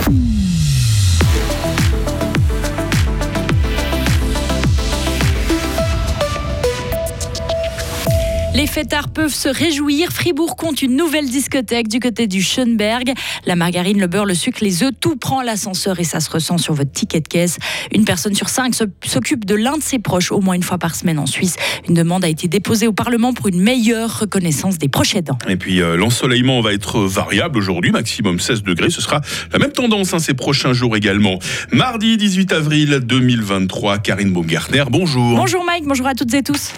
Les fêtards peuvent se réjouir. Fribourg compte une nouvelle discothèque du côté du Schönberg. La margarine, le beurre, le sucre, les œufs, tout prend l'ascenseur et ça se ressent sur votre ticket de caisse. Une personne sur 5 s'occupe de l'un de ses proches au moins une fois par semaine en Suisse. Une demande a été déposée au Parlement pour une meilleure reconnaissance des proches aidants. Et puis l'ensoleillement va être variable aujourd'hui, maximum 16 degrés. Ce sera la même tendance ces prochains jours également. Mardi 18 avril 2023, Karine Baumgartner, bonjour. Bonjour Mike, bonjour à toutes et tous.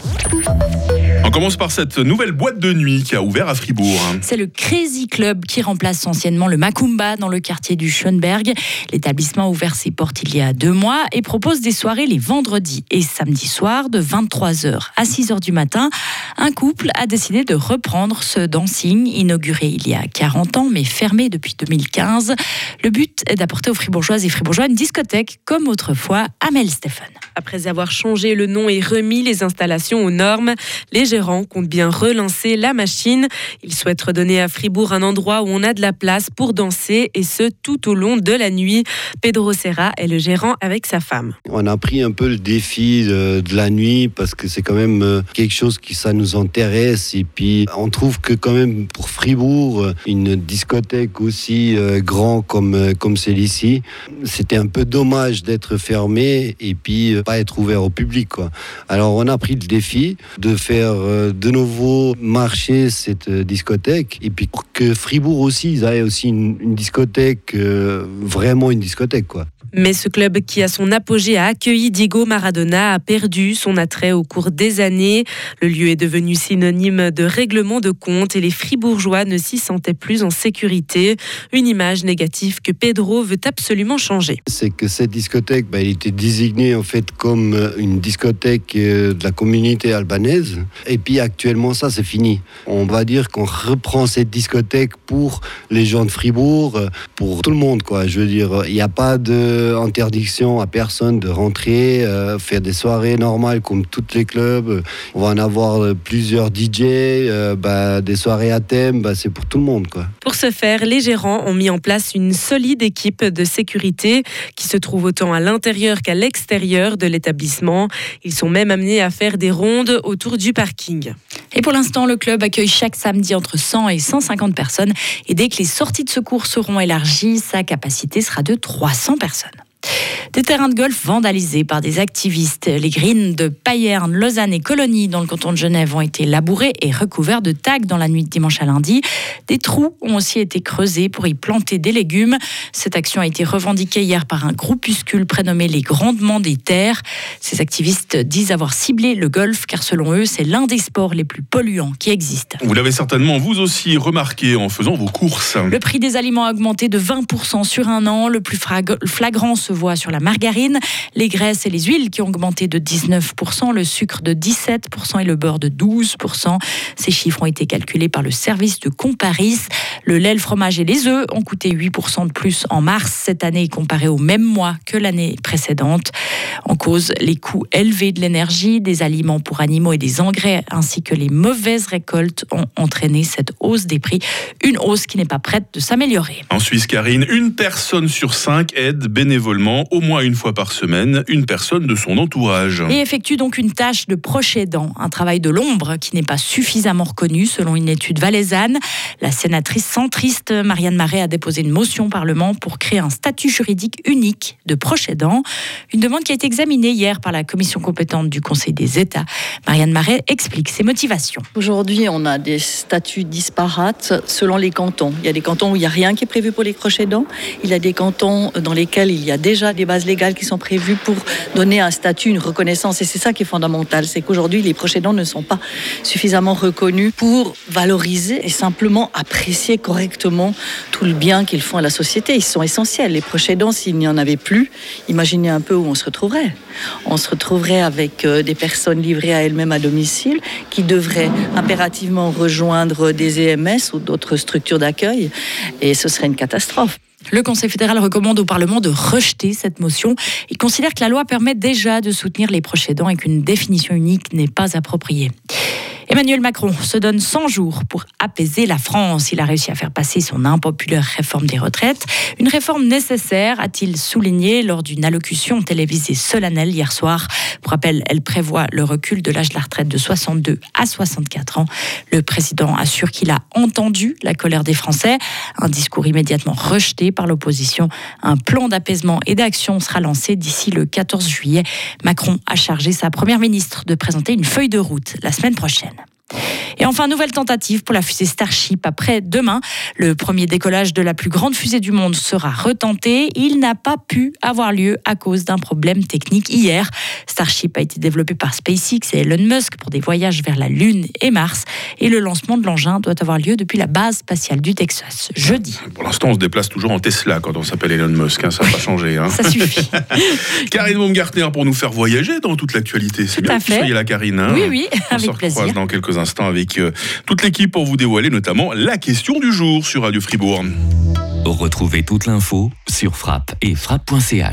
On commence par cette nouvelle boîte de nuit qui a ouvert à Fribourg. C'est le Crazy Club qui remplace anciennement le Macumba dans le quartier du Schönberg. L'établissement a ouvert ses portes il y a 2 mois et propose des soirées les vendredis et samedis soirs de 23h à 6h du matin. Un couple a décidé de reprendre ce dancing inauguré il y a 40 ans mais fermé depuis 2015. Le but est d'apporter aux Fribourgeoises et Fribourgeois une discothèque comme autrefois à Melstephen. Après avoir changé le nom et remis les installations aux normes, les gérants comptent bien relancer la machine. Ils souhaitent redonner à Fribourg un endroit où on a de la place pour danser et ce tout au long de la nuit. Pedro Serra est le gérant avec sa femme. On a pris un peu le défi de la nuit parce que c'est quand même quelque chose qui ça nous intéresse et puis on trouve que quand même pour Fribourg une discothèque aussi grand comme celle-ci, c'était un peu dommage d'être fermé et puis pas être ouvert au public, quoi. Alors on a pris le défi de faire de nouveau marcher cette discothèque et puis pour que Fribourg aussi, ils aient aussi une discothèque, vraiment une discothèque, quoi. Mais ce club qui, à son apogée, a accueilli Diego Maradona, a perdu son attrait au cours des années. Le lieu est devenu synonyme de règlement de compte et les Fribourgeois ne s'y sentaient plus en sécurité. Une image négative que Pedro veut absolument changer. C'est que cette discothèque, elle était désignée en fait comme une discothèque de la communauté albanaise. Et puis actuellement, ça c'est fini. On va dire qu'on reprend cette discothèque pour les gens de Fribourg, pour tout le monde, quoi. Je veux dire, il n'y a pas d'interdiction à personne de rentrer, faire des soirées normales comme tous les clubs. On va en avoir plusieurs DJ, des soirées à thème, c'est pour tout le monde, quoi. Pour ce faire, les gérants ont mis en place une solide équipe de sécurité qui se trouve autant à l'intérieur qu'à l'extérieur de l'établissement. Ils sont même amenés à faire des rondes autour du parking. Et pour l'instant, le club accueille chaque samedi entre 100 et 150 personnes. Et dès que les sorties de secours seront élargies, sa capacité sera de 300 personnes. Des terrains de golf vandalisés par des activistes. Les greens de Payerne, Lausanne et Colonie dans le canton de Genève ont été labourés et recouverts de tags dans la nuit de dimanche à lundi. Des trous ont aussi été creusés pour y planter des légumes. Cette action a été revendiquée hier par un groupuscule prénommé les Grandements des Terres. Ces activistes disent avoir ciblé le golf car selon eux, c'est l'un des sports les plus polluants qui existent. Vous l'avez certainement vous aussi remarqué en faisant vos courses. Le prix des aliments a augmenté de 20% sur un an. Le plus flagrant se voit sur la margarine, les graisses et les huiles qui ont augmenté de 19%, le sucre de 17% et le beurre de 12%. Ces chiffres ont été calculés par le service de Comparis. Le lait, le fromage et les œufs ont coûté 8% de plus en mars cette année comparé au même mois que l'année précédente. En cause, les coûts élevés de l'énergie, des aliments pour animaux et des engrais ainsi que les mauvaises récoltes ont entraîné cette hausse des prix. Une hausse qui n'est pas prête de s'améliorer. En Suisse, Karine, 1 personne sur 5 aide bénévolement au moins une fois par semaine une personne de son entourage. Et effectue donc une tâche de proche aidant, un travail de l'ombre qui n'est pas suffisamment reconnu selon une étude valaisanne. La sénatrice centriste Marianne Marais a déposé une motion au Parlement pour créer un statut juridique unique de proche aidant. Une demande qui a été examinée hier par la commission compétente du Conseil des États. Marianne Marais explique ses motivations. Aujourd'hui, on a des statuts disparates selon les cantons. Il y a des cantons où il n'y a rien qui est prévu pour les proches aidants. Il y a des cantons dans lesquels il y a déjà des bases légales qui sont prévues pour donner un statut, une reconnaissance. Et c'est ça qui est fondamental. C'est qu'aujourd'hui, les proches aidants ne sont pas suffisamment reconnus pour valoriser et simplement apprécier correctement tout le bien qu'ils font à la société. Ils sont essentiels. Les proches aidants, s'il n'y en avait plus, imaginez un peu où on se retrouverait. On se retrouverait avec des personnes livrées à elles-mêmes à domicile qui devraient impérativement rejoindre des EMS ou d'autres structures d'accueil. Et ce serait une catastrophe. Le Conseil fédéral recommande au Parlement de rejeter cette motion. Il considère que la loi permet déjà de soutenir les proches aidants et qu'une définition unique n'est pas appropriée. Emmanuel Macron se donne 100 jours pour apaiser la France. Il a réussi à faire passer son impopulaire réforme des retraites. Une réforme nécessaire, a-t-il souligné lors d'une allocution télévisée solennelle hier soir. Pour rappel, elle prévoit le recul de l'âge de la retraite de 62 à 64 ans. Le président assure qu'il a entendu la colère des Français. Un discours immédiatement rejeté par l'opposition. Un plan d'apaisement et d'action sera lancé d'ici le 14 juillet. Macron a chargé sa première ministre de présenter une feuille de route la semaine prochaine. Et enfin, nouvelle tentative pour la fusée Starship. Après demain, le premier décollage de la plus grande fusée du monde sera retenté. Il n'a pas pu avoir lieu à cause d'un problème technique hier. Starship a été développé par SpaceX et Elon Musk pour des voyages vers la Lune et Mars. Et le lancement de l'engin doit avoir lieu depuis la base spatiale du Texas, jeudi. Pour l'instant, on se déplace toujours en Tesla quand on s'appelle Elon Musk. Ça n'a pas changé. Ça suffit. Karine Baumgartner pour nous faire voyager dans toute l'actualité. C'est bien que vous soyez là, Karine. Oui, avec plaisir. On se recroise dans quelques instants avec toute l'équipe pour vous dévoiler notamment la question du jour sur Radio Fribourg. Retrouvez toute l'info sur frappe et frappe.ch.